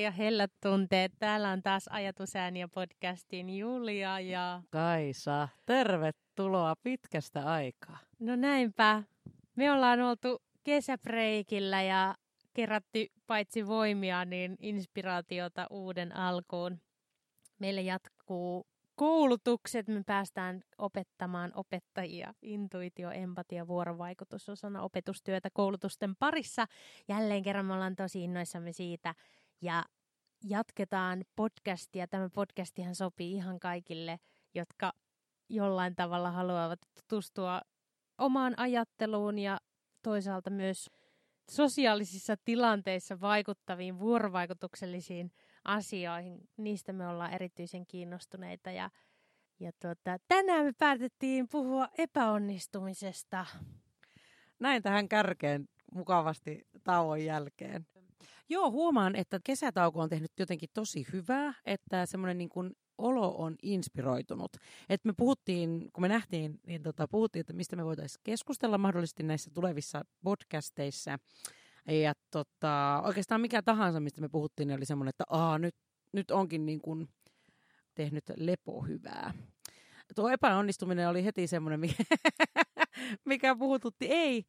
ja hellät tunteet. Täällä on taas Ajatusääniä podcastin Julia ja Kaisa. Tervetuloa pitkästä aikaa. No näinpä. Me ollaan oltu kesäbreikillä ja kerätty paitsi voimia, niin inspiraatiota uuden alkuun. Meille jatkuu koulutukset. Me päästään opettamaan opettajia. Intuitio, empatia, vuorovaikutus osana opetustyötä koulutusten parissa. Jälleen kerran me ollaan tosi innoissamme siitä ja jatketaan podcastia. Tämä podcastihan sopii ihan kaikille, jotka jollain tavalla haluavat tutustua omaan ajatteluun ja toisaalta myös sosiaalisissa tilanteissa vaikuttaviin vuorovaikutuksellisiin asioihin. Niistä me ollaan erityisen kiinnostuneita ja tänään me päätettiin puhua epäonnistumisesta. Näin tähän kärkeen mukavasti tauon jälkeen. Joo, huomaan, että kesätauko on tehnyt jotenkin tosi hyvää, että semmoinen niin kuin olo on inspiroitunut. Et me puhuttiin, kun me nähtiin, niin puhuttiin, että mistä me voitaisiin keskustella mahdollisesti näissä tulevissa podcasteissa. Ja oikeastaan mikä tahansa, mistä me puhuttiin, niin oli semmoinen, että nyt onkin niin tehnyt lepohyvää. Tuo epäonnistuminen oli heti semmoinen, mikä puhututti.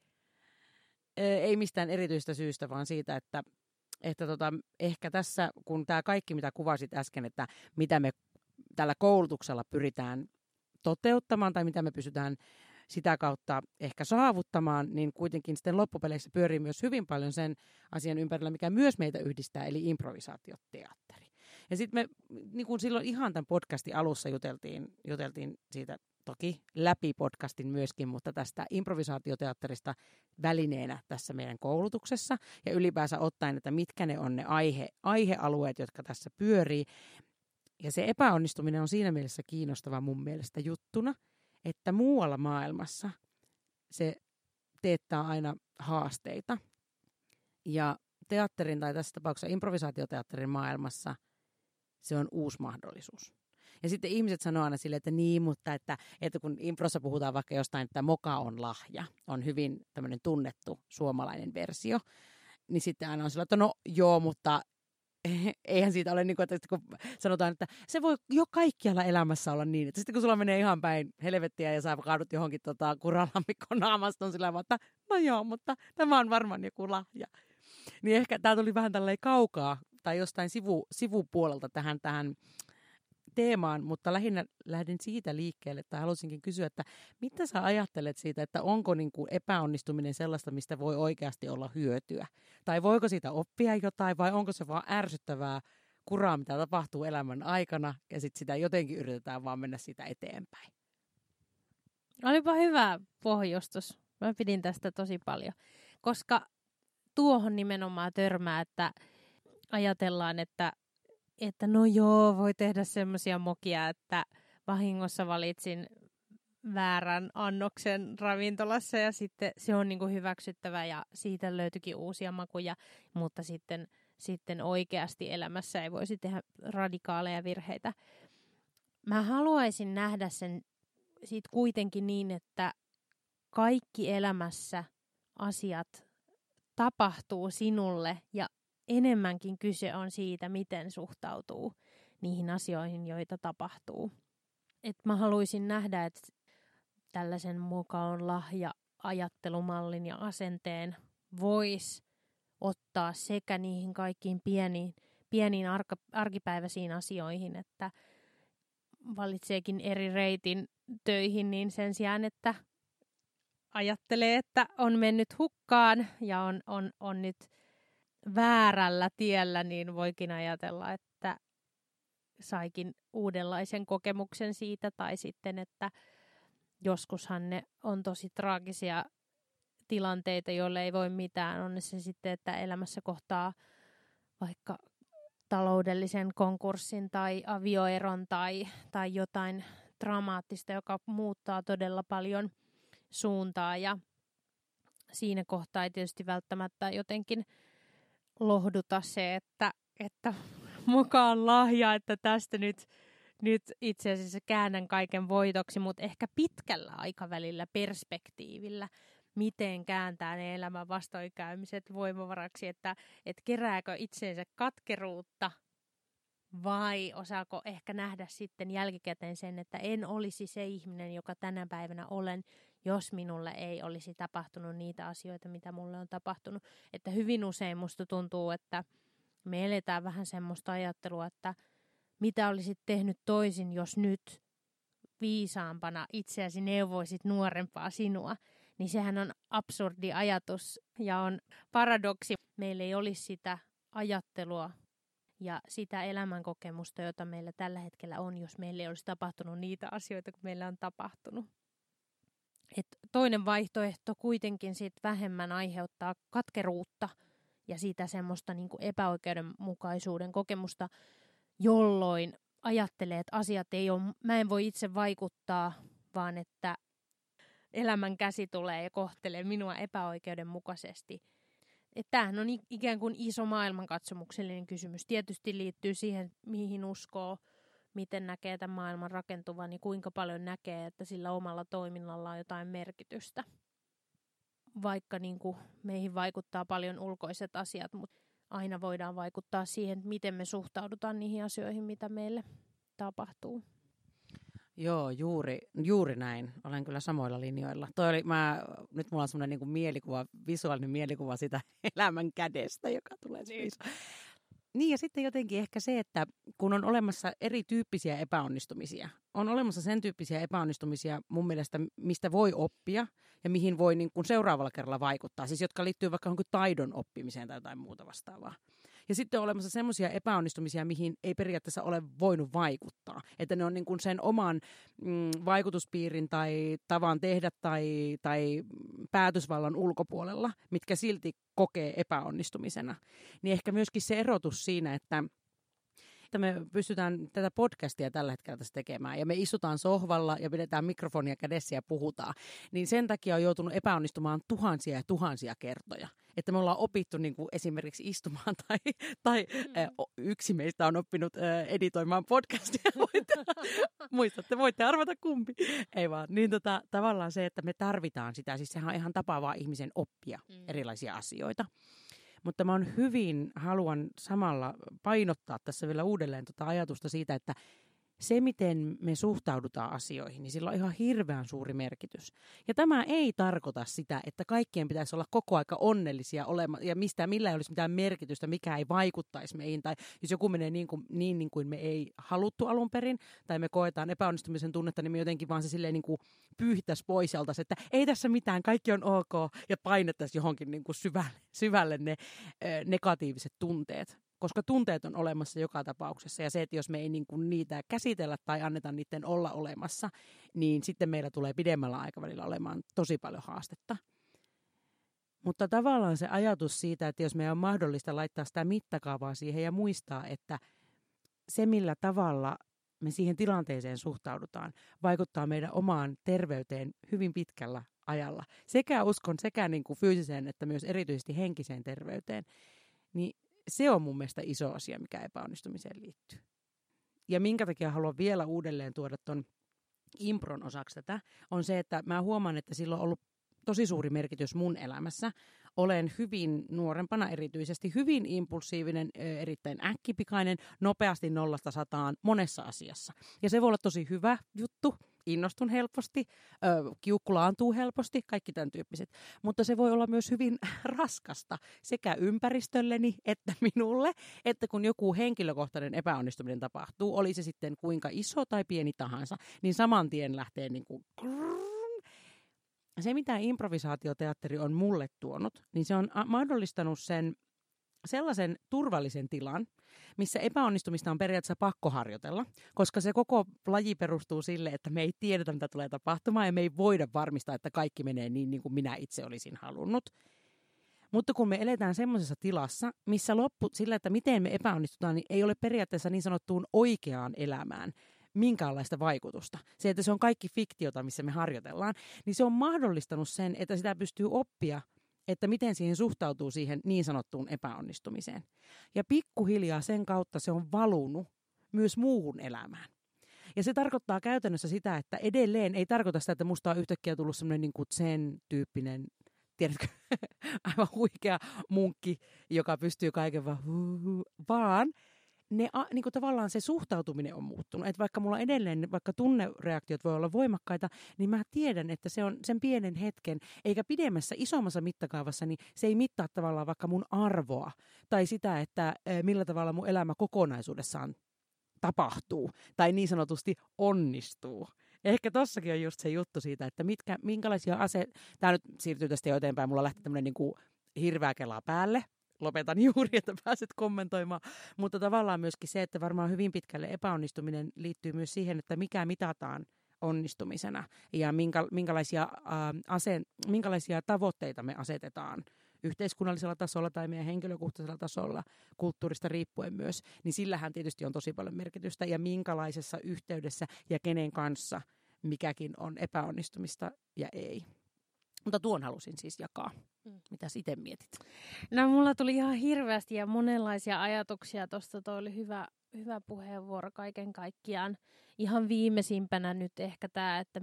Ei mistään erityistä syystä, vaan siitä, että ehkä tässä, kun tämä kaikki, mitä kuvasit äsken, että mitä me tällä koulutuksella pyritään toteuttamaan tai mitä me pysytään sitä kautta ehkä saavuttamaan, niin kuitenkin sitten loppupeleissä pyörii myös hyvin paljon sen asian ympärillä, mikä myös meitä yhdistää, eli improvisaatioteatteri. Ja sitten me niin kuin silloin ihan tämän podcastin alussa juteltiin siitä toki läpi podcastin myöskin, mutta tästä improvisaatioteatterista välineenä tässä meidän koulutuksessa ja ylipäänsä ottaen, että mitkä ne on ne aihealueet, jotka tässä pyörii. Ja se epäonnistuminen on siinä mielessä kiinnostava mun mielestä juttuna, että muualla maailmassa se teettää aina haasteita. Ja teatterin tai tässä tapauksessa improvisaatioteatterin maailmassa se on uusi mahdollisuus. Ja sitten ihmiset sanoo aina silleen, että niin, mutta että kun improssa puhutaan vaikka jostain, että moka on lahja, on hyvin tämmöinen tunnettu suomalainen versio, niin sitten aina on sillä, että no joo, mutta eihän siitä ole niin kuin, että kun sanotaan, että se voi jo kaikkialla elämässä olla niin, että sitten kun sulla menee ihan päin helvettiä ja sä kaadut johonkin kuralammikon naamasta, on sillä tavalla, että no joo, mutta tämä on varmaan joku lahja. Niin ehkä tämä tuli vähän tälleen kaukaa tai jostain sivupuolelta tähän teemaan, mutta lähinnä lähdin siitä liikkeelle, että halusinkin kysyä, että mitä sä ajattelet siitä, että onko niin kuin epäonnistuminen sellaista, mistä voi oikeasti olla hyötyä? Tai voiko siitä oppia jotain vai onko se vaan ärsyttävää kuraa, mitä tapahtuu elämän aikana ja sitten sitä jotenkin yritetään vaan mennä siitä eteenpäin? Olipa hyvä pohjustus. Mä pidin tästä tosi paljon, koska tuohon nimenomaan törmää, että ajatellaan, että no joo, voi tehdä semmoisia mokia, että vahingossa valitsin väärän annoksen ravintolassa ja sitten se on niin kuin hyväksyttävä ja siitä löytyikin uusia makuja, mutta sitten oikeasti elämässä ei voisi tehdä radikaaleja virheitä. Mä haluaisin nähdä sen siitä kuitenkin niin, että kaikki elämässä asiat tapahtuu sinulle ja enemmänkin kyse on siitä, miten suhtautuu niihin asioihin, joita tapahtuu. Et mä haluaisin nähdä, että tällaisen mukaan lahja-ajattelumallin ja asenteen voisi ottaa sekä niihin kaikkiin pieniin arkipäiväisiin asioihin, että valitseekin eri reitin töihin, niin sen sijaan, että ajattelee, että on mennyt hukkaan ja on nyt väärällä tiellä, niin voikin ajatella, että saikin uudenlaisen kokemuksen siitä, tai sitten, että joskushan ne on tosi traagisia tilanteita, joille ei voi mitään. On se sitten, että elämässä kohtaa vaikka taloudellisen konkurssin tai avioeron tai jotain dramaattista, joka muuttaa todella paljon suuntaa, ja siinä kohtaa ei tietysti välttämättä jotenkin lohduta se, että mukaan lahja, että tästä nyt itse asiassa käännän kaiken voitoksi, mutta ehkä pitkällä aikavälillä perspektiivillä miten kääntää ne elämän vastoinkäymiset voimavaraksi, että kerääkö itseensä katkeruutta vai osaako ehkä nähdä sitten jälkikäteen sen, että en olisi se ihminen, joka tänä päivänä olen, jos minulle ei olisi tapahtunut niitä asioita, mitä mulle on tapahtunut. Että hyvin usein musta tuntuu, että me eletään vähän semmoista ajattelua, että mitä olisit tehnyt toisin, jos nyt viisaampana itseäsi neuvoisit nuorempaa sinua. Niin sehän on absurdi ajatus ja on paradoksi. Meillä ei olisi sitä ajattelua ja sitä elämänkokemusta, jota meillä tällä hetkellä on, jos meillä ei olisi tapahtunut niitä asioita, kun meillä on tapahtunut. Et toinen vaihtoehto kuitenkin sit vähemmän aiheuttaa katkeruutta ja sitä semmoista niin kuin epäoikeudenmukaisuuden kokemusta, jolloin ajattelee, että asiat ei ole, mä en voi itse vaikuttaa, vaan että elämän käsi tulee ja kohtelee minua epäoikeudenmukaisesti. Tämähän on ikään kuin iso maailmankatsomuksellinen kysymys. Tietysti liittyy siihen, mihin uskoo, miten näkee tämän maailman rakentuvan ja kuinka paljon näkee, että sillä omalla toiminnalla on jotain merkitystä. Vaikka niin kuin meihin vaikuttaa paljon ulkoiset asiat, mutta aina voidaan vaikuttaa siihen, miten me suhtaudutaan niihin asioihin, mitä meille tapahtuu. Joo, juuri näin. Olen kyllä samoilla linjoilla. Nyt mulla on semmoinen niin kuin mielikuva, visuaalinen mielikuva sitä elämän kädestä, joka tulee niin ja sitten jotenkin ehkä se, että kun on olemassa erityyppisiä epäonnistumisia, on olemassa sen tyyppisiä epäonnistumisia mun mielestä, mistä voi oppia ja mihin voi niin kuin seuraavalla kerralla vaikuttaa. Siis jotka liittyy vaikka johonkin taidon oppimiseen tai jotain muuta vastaavaa. Ja sitten on olemassa semmoisia epäonnistumisia, mihin ei periaatteessa ole voinut vaikuttaa. Että ne on niin kuin sen oman vaikutuspiirin tai tavan tehdä tai päätösvallan ulkopuolella, mitkä silti kokee epäonnistumisena. Niin ehkä myöskin se erotus siinä, että me pystytään tätä podcastia tällä hetkellä tässä tekemään ja me istutaan sohvalla ja pidetään mikrofonia kädessä ja puhutaan, niin sen takia on joutunut epäonnistumaan tuhansia ja tuhansia kertoja. Että me ollaan opittu niin kuin esimerkiksi istumaan tai yksi meistä on oppinut editoimaan podcastia. Muistatte, voitte arvata kumpi. Ei vaan. Niin tavallaan se, että me tarvitaan sitä, siis sehän on ihan tapa vaan ihmisen oppia erilaisia asioita. Mutta mä haluan samalla painottaa tässä vielä uudelleen ajatusta siitä, että se, miten me suhtaudutaan asioihin, niin sillä on ihan hirveän suuri merkitys. Ja tämä ei tarkoita sitä, että kaikkien pitäisi olla koko aika onnellisia ja millä ei olisi mitään merkitystä, mikä ei vaikuttaisi meihin. Tai jos joku menee niin kuin me ei haluttu alun perin, tai me koetaan epäonnistumisen tunnetta, niin me jotenkin vaan se silleen niin kuin pyyhtäisi pois alta, että ei tässä mitään, kaikki on ok, ja painettaisiin johonkin niin kuin syvälle ne negatiiviset tunteet. Koska tunteet on olemassa joka tapauksessa ja se, että jos me ei niin kuin niitä käsitellä tai anneta niiden olla olemassa, niin sitten meillä tulee pidemmällä aikavälillä olemaan tosi paljon haastetta. Mutta tavallaan se ajatus siitä, että jos meidän on mahdollista laittaa sitä mittakaavaa siihen ja muistaa, että se millä tavalla me siihen tilanteeseen suhtaudutaan, vaikuttaa meidän omaan terveyteen hyvin pitkällä ajalla. Sekä uskon, sekä niin kuin fyysiseen että myös erityisesti henkiseen terveyteen, niin se on mun mielestä iso asia, mikä epäonnistumiseen liittyy. Ja minkä takia haluan vielä uudelleen tuoda ton impron osaksi tätä, on se, että mä huomaan, että sillä on ollut tosi suuri merkitys mun elämässä. Olen hyvin nuorempana erityisesti hyvin impulsiivinen, erittäin äkkipikainen, nopeasti 0–100 monessa asiassa. Ja se voi olla tosi hyvä juttu. Innostun helposti, kiukku laantuu helposti, kaikki tämän tyyppiset. Mutta se voi olla myös hyvin raskasta sekä ympäristölleni että minulle, että kun joku henkilökohtainen epäonnistuminen tapahtuu, oli se sitten kuinka iso tai pieni tahansa, niin saman tien lähtee niin kuin se, mitä improvisaatioteatteri on mulle tuonut, niin se on mahdollistanut sellaisen turvallisen tilan, missä epäonnistumista on periaatteessa pakko harjoitella, koska se koko laji perustuu sille, että me ei tiedetä, mitä tulee tapahtumaan ja me ei voida varmistaa, että kaikki menee niin kuin minä itse olisin halunnut. Mutta kun me eletään semmoisessa tilassa, missä loppu sillä, että miten me epäonnistutaan, niin ei ole periaatteessa niin sanottuun oikeaan elämään minkäänlaista vaikutusta. Se, että se on kaikki fiktiota, missä me harjoitellaan, niin se on mahdollistanut sen, että sitä pystyy oppia, että miten siihen suhtautuu siihen niin sanottuun epäonnistumiseen. Ja pikkuhiljaa sen kautta se on valunut myös muuhun elämään. Ja se tarkoittaa käytännössä sitä, että edelleen ei tarkoita sitä, että musta on yhtäkkiä tullut semmoinen niin kuin zen-tyyppinen tiedätkö, aivan huikea munkki, joka pystyy kaiken vaan niin kuin tavallaan se suhtautuminen on muuttunut. Että vaikka mulla edelleen, vaikka tunnereaktiot voi olla voimakkaita, niin mä tiedän, että se on sen pienen hetken, eikä pidemmässä, isommassa mittakaavassa, niin se ei mittaa tavallaan vaikka mun arvoa tai sitä, että millä tavalla mun elämä kokonaisuudessaan tapahtuu tai niin sanotusti onnistuu. Ehkä tossakin on just se juttu siitä, että minkälaisia aseita, tämä nyt siirtyy tästä jo eteenpäin, mulla lähti tämmöinen niin kuin hirveä kelaa päälle, lopetan juuri, että pääset kommentoimaan, mutta tavallaan myöskin se, että varmaan hyvin pitkälle epäonnistuminen liittyy myös siihen, että mikä mitataan onnistumisena ja minkälaisia tavoitteita me asetetaan yhteiskunnallisella tasolla tai meidän henkilökohtaisella tasolla, kulttuurista riippuen myös, niin sillähän tietysti on tosi paljon merkitystä ja minkälaisessa yhteydessä ja kenen kanssa mikäkin on epäonnistumista ja ei. Mutta tuon halusin siis jakaa. Mitäs itse mietit? No mulla tuli ihan hirveästi ja monenlaisia ajatuksia tuosta. Toi oli hyvä puheenvuoro kaiken kaikkiaan. Ihan viimeisimpänä nyt ehkä tämä, että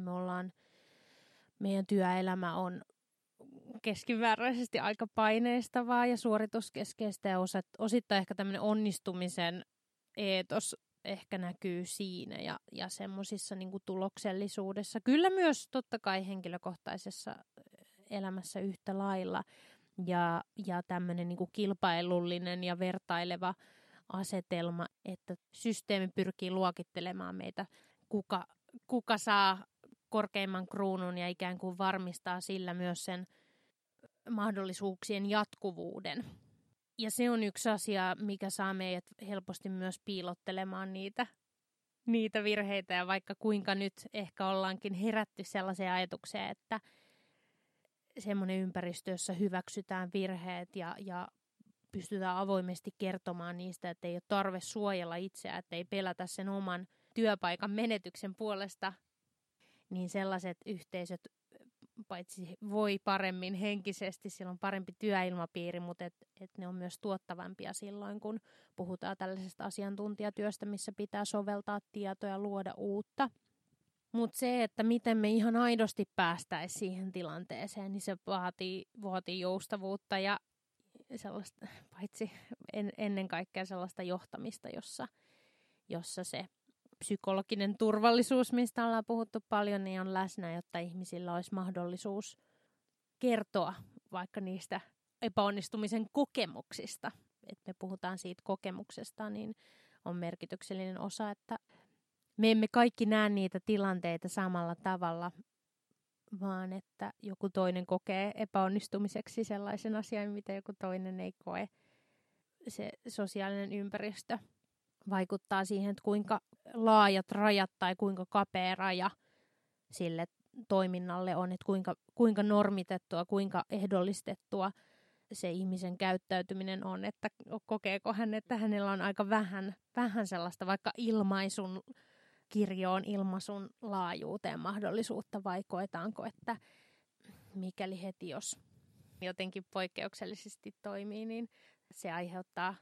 meidän työelämä on keskimääräisesti aika paineistavaa ja suorituskeskeistä ja osittain ehkä tämmöinen onnistumisen eetos ehkä näkyy siinä ja semmoisissa niinku tuloksellisuudessa. Kyllä myös totta kai henkilökohtaisessa elämässä yhtä lailla ja tämmöinen niinku kilpailullinen ja vertaileva asetelma, että systeemi pyrkii luokittelemaan meitä, kuka saa korkeimman kruunun ja ikään kuin varmistaa sillä myös sen mahdollisuuksien jatkuvuuden. Ja se on yksi asia, mikä saa meidät helposti myös piilottelemaan niitä virheitä. Ja vaikka kuinka nyt ehkä ollaankin herätty sellaiseen ajatukseen, että semmoinen ympäristö, jossa hyväksytään virheet ja pystytään avoimesti kertomaan niistä, että ei ole tarve suojella itseä, että ei pelätä sen oman työpaikan menetyksen puolesta, niin sellaiset yhteisöt paitsi voi paremmin henkisesti, sillä on parempi työilmapiiri, mutta et ne on myös tuottavampia silloin, kun puhutaan tällaisesta asiantuntijatyöstä, missä pitää soveltaa tietoja ja luoda uutta. Mutta se, että miten me ihan aidosti päästäisiin siihen tilanteeseen, niin se vaatii joustavuutta ja sellaista, paitsi ennen kaikkea sellaista johtamista, jossa se psykologinen turvallisuus, mistä ollaan puhuttu paljon, niin on läsnä, jotta ihmisillä olisi mahdollisuus kertoa vaikka niistä epäonnistumisen kokemuksista. Että me puhutaan siitä kokemuksesta, niin on merkityksellinen osa, että me emme kaikki näe niitä tilanteita samalla tavalla, vaan että joku toinen kokee epäonnistumiseksi sellaisen asian, mitä joku toinen ei koe. Se sosiaalinen ympäristö vaikuttaa siihen, että kuinka laajat rajat tai kuinka kapea raja sille toiminnalle on, että kuinka normitettua, kuinka ehdollistettua se ihmisen käyttäytyminen on, että kokeeko hän, että hänellä on aika vähän sellaista vaikka kirjoon ilmaisun laajuuteen mahdollisuutta, vai koetaanko, että mikäli heti jos jotenkin poikkeuksellisesti toimii, niin se aiheuttaa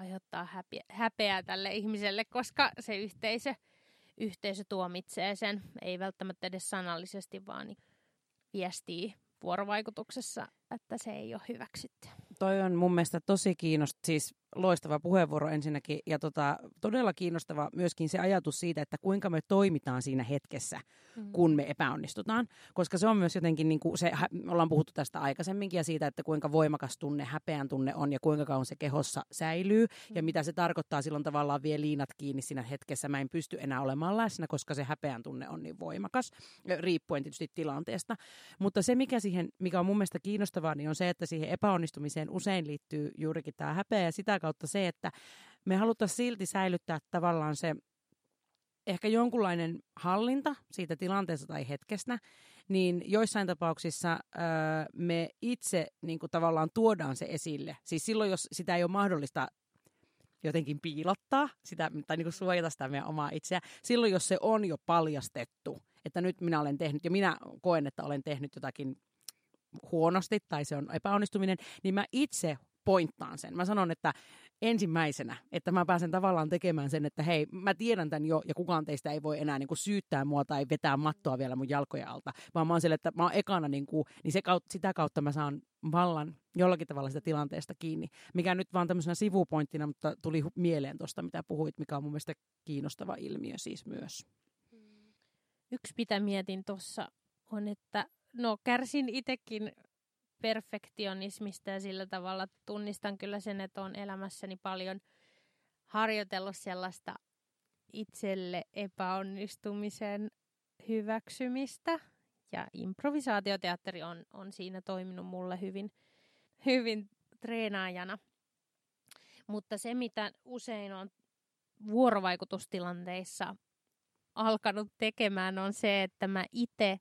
häpeää tälle ihmiselle, koska se yhteisö tuomitsee sen, ei välttämättä edes sanallisesti, vaan viestii vuorovaikutuksessa, että se ei ole hyväksytty. Toi on mun mielestä tosi siis loistava puheenvuoro ensinnäkin ja todella kiinnostava myöskin se ajatus siitä, että kuinka me toimitaan siinä hetkessä, kun me epäonnistutaan. Koska se on myös jotenkin, niin kuin me ollaan puhuttu tästä aikaisemminkin ja siitä, että kuinka voimakas tunne, häpeän tunne on ja kuinka kauan se kehossa säilyy ja mitä se tarkoittaa silloin tavallaan vie liinat kiinni siinä hetkessä. Mä en pysty enää olemaan läsnä, koska se häpeän tunne on niin voimakas, riippuen tietysti tilanteesta. Mutta se, mikä on mun mielestä kiinnostavaa, niin on se, että siihen epäonnistumiseen usein liittyy juurikin tämä häpeä ja sitä kautta se, että me haluttaisiin silti säilyttää tavallaan se ehkä jonkunlainen hallinta siitä tilanteesta tai hetkestä, niin joissain tapauksissa me itse niin kuin tavallaan tuodaan se esille. Siis silloin, jos sitä ei ole mahdollista jotenkin piilottaa sitä, tai niin kuin suojata sitä meidän omaa itseä, silloin jos se on jo paljastettu, että nyt minä olen tehnyt, ja minä koen, että olen tehnyt jotakin huonosti, tai se on epäonnistuminen, niin mä itse pointtaan sen. Mä sanon, että ensimmäisenä, että mä pääsen tavallaan tekemään sen, että hei, mä tiedän tämän jo ja kukaan teistä ei voi enää niin kuin syyttää mua tai vetää mattoa vielä mun jalkojen alta, vaan mä oon sille, että mä oon ekana niin sitä kautta mä saan vallan jollakin tavalla sitä tilanteesta kiinni, mikä nyt vaan tämmöisenä sivupointtina, mutta tuli mieleen tuosta, mitä puhuit, mikä on mun mielestä kiinnostava ilmiö siis myös. Yksi mitä mietin tuossa on, että kärsin itsekin perfektionismista ja sillä tavalla tunnistan kyllä sen, että olen elämässäni paljon harjoitellut sellaista itselle epäonnistumisen hyväksymistä. Ja improvisaatioteatteri on siinä toiminut mulle hyvin treenaajana. Mutta se, mitä usein on vuorovaikutustilanteissa alkanut tekemään, on se, että mä itse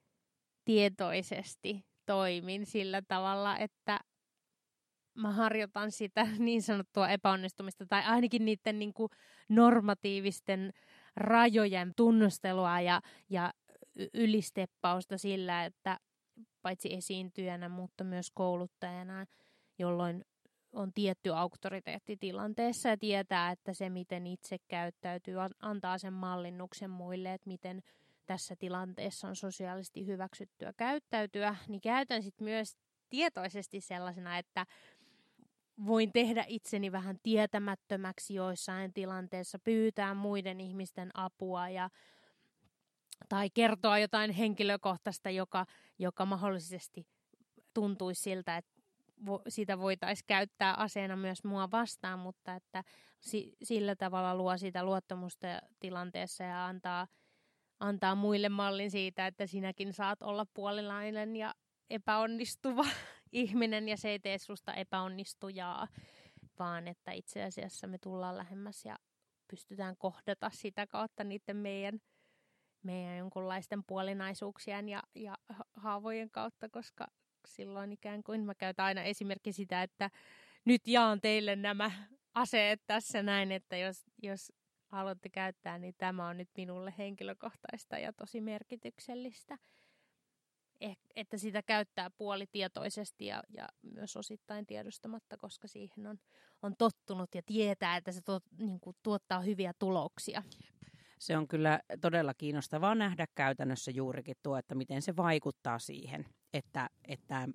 tietoisesti toimin sillä tavalla, että mä harjoitan sitä niin sanottua epäonnistumista tai ainakin niiden niin kuin normatiivisten rajojen tunnustelua ja ylisteppausta sillä, että paitsi esiintyjänä, mutta myös kouluttajana, jolloin on tietty auktoriteetti tilanteessa ja tietää, että se miten itse käyttäytyy antaa sen mallinnuksen muille, että miten tässä tilanteessa on sosiaalisesti hyväksyttyä käyttäytyä, niin käytän sitten myös tietoisesti sellaisena, että voin tehdä itseni vähän tietämättömäksi joissain tilanteessa, pyytää muiden ihmisten apua tai kertoa jotain henkilökohtaista, joka mahdollisesti tuntuisi siltä, että sitä voitaisiin käyttää aseena myös mua vastaan, mutta että sillä tavalla luo sitä luottamusta tilanteessa ja antaa muille mallin siitä, että sinäkin saat olla puolilainen ja epäonnistuva ihminen ja se ei tee susta epäonnistujaa, vaan että itse asiassa me tullaan lähemmäs ja pystytään kohdata sitä kautta niiden meidän jonkunlaisten puolinaisuuksien ja haavojen kautta, koska silloin ikään kuin mä käytän aina esimerkki sitä, että nyt jaan teille nämä aseet tässä näin, että jos haluatte käyttää, niin tämä on nyt minulle henkilökohtaista ja tosi merkityksellistä. Että sitä käyttää puolitietoisesti ja myös osittain tiedostamatta, koska siihen on tottunut ja tietää, että se tuottaa hyviä tuloksia. Se on kyllä todella kiinnostavaa nähdä käytännössä juurikin tuo, että miten se vaikuttaa siihen, että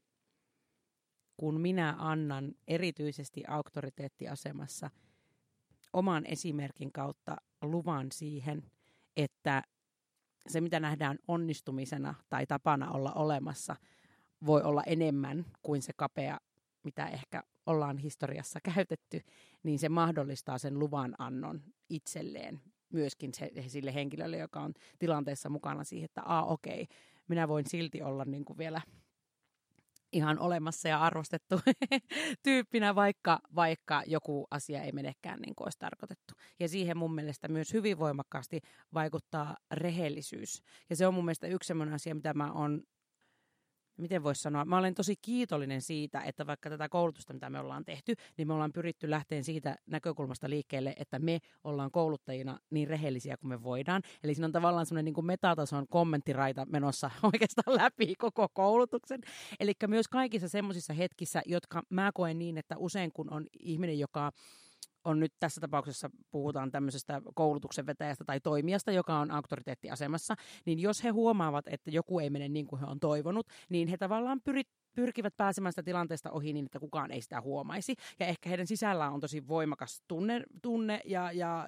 kun minä annan erityisesti auktoriteettiasemassa oman esimerkin kautta luvan siihen, että se mitä nähdään onnistumisena tai tapana olla olemassa voi olla enemmän kuin se kapea, mitä ehkä ollaan historiassa käytetty, niin se mahdollistaa sen luvan annon itselleen. Myöskin sille henkilölle, joka on tilanteessa mukana siihen, että okei, minä voin silti olla niin kuin vielä ihan olemassa ja arvostettu tyyppinä, vaikka joku asia ei menekään niin kuin olisi tarkoitettu. Ja siihen mun mielestä myös hyvin voimakkaasti vaikuttaa rehellisyys. Ja se on mun mielestä yksi sellainen asia, mitä mä oon, miten voisi sanoa, mä olen tosi kiitollinen siitä, että vaikka tätä koulutusta, mitä me ollaan tehty, niin me ollaan pyritty lähteen siitä näkökulmasta liikkeelle, että me ollaan kouluttajina niin rehellisiä kuin me voidaan. Eli siinä on tavallaan semmoinen niin kuin metatason kommenttiraita menossa oikeastaan läpi koko koulutuksen. Eli myös kaikissa semmoisissa hetkissä, jotka mä koen niin, että usein kun on ihminen, joka on nyt tässä tapauksessa puhutaan tämmöisestä koulutuksen vetäjästä tai toimijasta, joka on auktoriteettiasemassa, niin jos he huomaavat, että joku ei mene niin kuin he on toivonut, niin he tavallaan pyrkivät pääsemään sitä tilanteesta ohi niin, että kukaan ei sitä huomaisi. Ja ehkä heidän sisällään on tosi voimakas tunne ja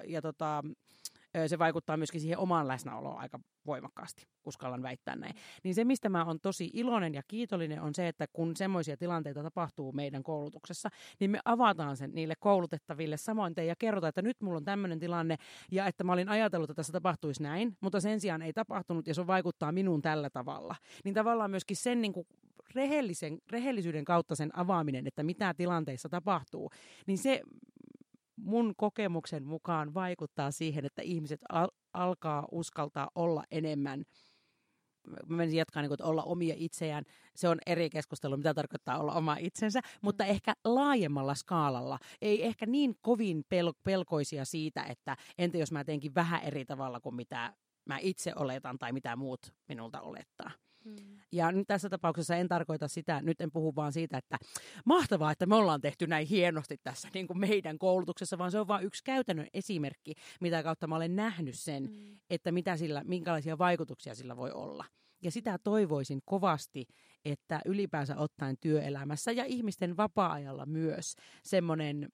se vaikuttaa myöskin siihen omaan läsnäoloon aika voimakkaasti, uskallan väittää näin. Niin se, mistä mä oon tosi iloinen ja kiitollinen, on se, että kun semmoisia tilanteita tapahtuu meidän koulutuksessa, niin me avataan sen niille koulutettaville samoin ja kerrotaan, että nyt mulla on tämmöinen tilanne ja että mä olin ajatellut, että tässä tapahtuisi näin, mutta sen sijaan ei tapahtunut ja se vaikuttaa minuun tällä tavalla. Niin tavallaan myöskin sen niin kuin rehellisyyden kautta sen avaaminen, että mitä tilanteissa tapahtuu, niin se mun kokemuksen mukaan vaikuttaa siihen, että ihmiset alkaa uskaltaa olla enemmän. Mä menisin jatkaa niin kuin, että olla omia itseään. Se on eri keskustelu, mitä tarkoittaa olla oma itsensä, mutta ehkä laajemmalla skaalalla. Ei ehkä niin kovin pelkoisia siitä, että entä jos mä teenkin vähän eri tavalla kuin mitä mä itse oletan tai mitä muut minulta olettaa. Ja nyt tässä tapauksessa en tarkoita sitä, nyt en puhu vaan siitä, että mahtavaa, että me ollaan tehty näin hienosti tässä niin kuin meidän koulutuksessa, vaan se on vain yksi käytännön esimerkki, mitä kautta mä olen nähnyt sen, että minkälaisia vaikutuksia sillä voi olla. Ja sitä toivoisin kovasti, että ylipäänsä ottaen työelämässä ja ihmisten vapaa-ajalla myös semmoinen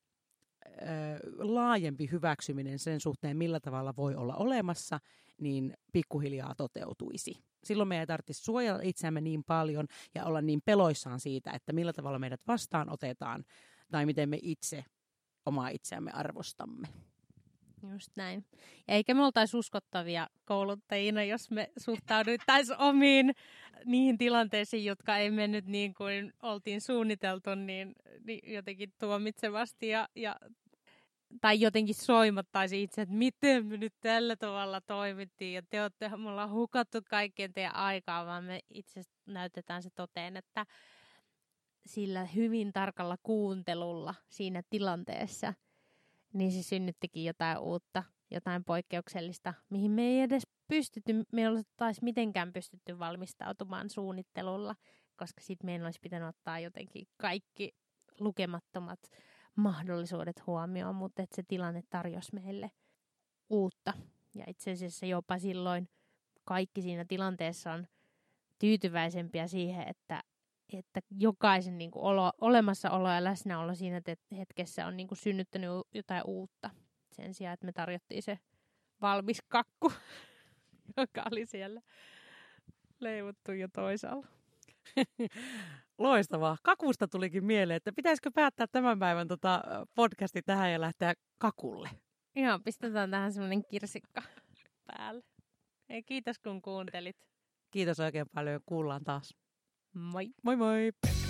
laajempi hyväksyminen sen suhteen, millä tavalla voi olla olemassa, niin pikkuhiljaa toteutuisi. Silloin meidän ei tarvitsisi suojella itseämme niin paljon ja olla niin peloissaan siitä, että millä tavalla meidät vastaanotetaan tai miten me itse omaa itseämme arvostamme. Just näin. Eikä me oltaisi uskottavia kouluttajina, jos me suhtauduttaisiin omiin niihin tilanteisiin, jotka ei mennyt niin kuin oltiin suunniteltu, niin jotenkin tuomitsevasti tai jotenkin soimattaisi itse, että miten me nyt tällä tavalla toimittiin ja me ollaan hukattu kaikkien teidän aikaa, vaan me itse näytetään se toteen, että sillä hyvin tarkalla kuuntelulla siinä tilanteessa niin se synnyttikin jotain uutta, jotain poikkeuksellista, mihin me ei edes me ei olisi mitenkään pystytty valmistautumaan suunnittelulla, koska sitten meidän olisi pitänyt ottaa jotenkin kaikki lukemattomat mahdollisuudet huomioon, mutta että se tilanne tarjosi meille uutta. Ja itse asiassa jopa silloin kaikki siinä tilanteessa on tyytyväisempiä siihen, että jokaisen niin kuin olemassaolo ja läsnäolo siinä hetkessä on niin kuin synnyttänyt jotain uutta. Sen sijaan, että me tarjottiin se valmis kakku, joka oli siellä leivottu jo toisaalla. Loistavaa. Kakusta tulikin mieleen, että pitäisikö päättää tämän päivän podcasti tähän ja lähteä kakulle? Joo, pistetään tähän semmoinen kirsikka päälle. Hei, kiitos kun kuuntelit. Kiitos oikein paljon. Kuullaan taas. Moi. Moi moi.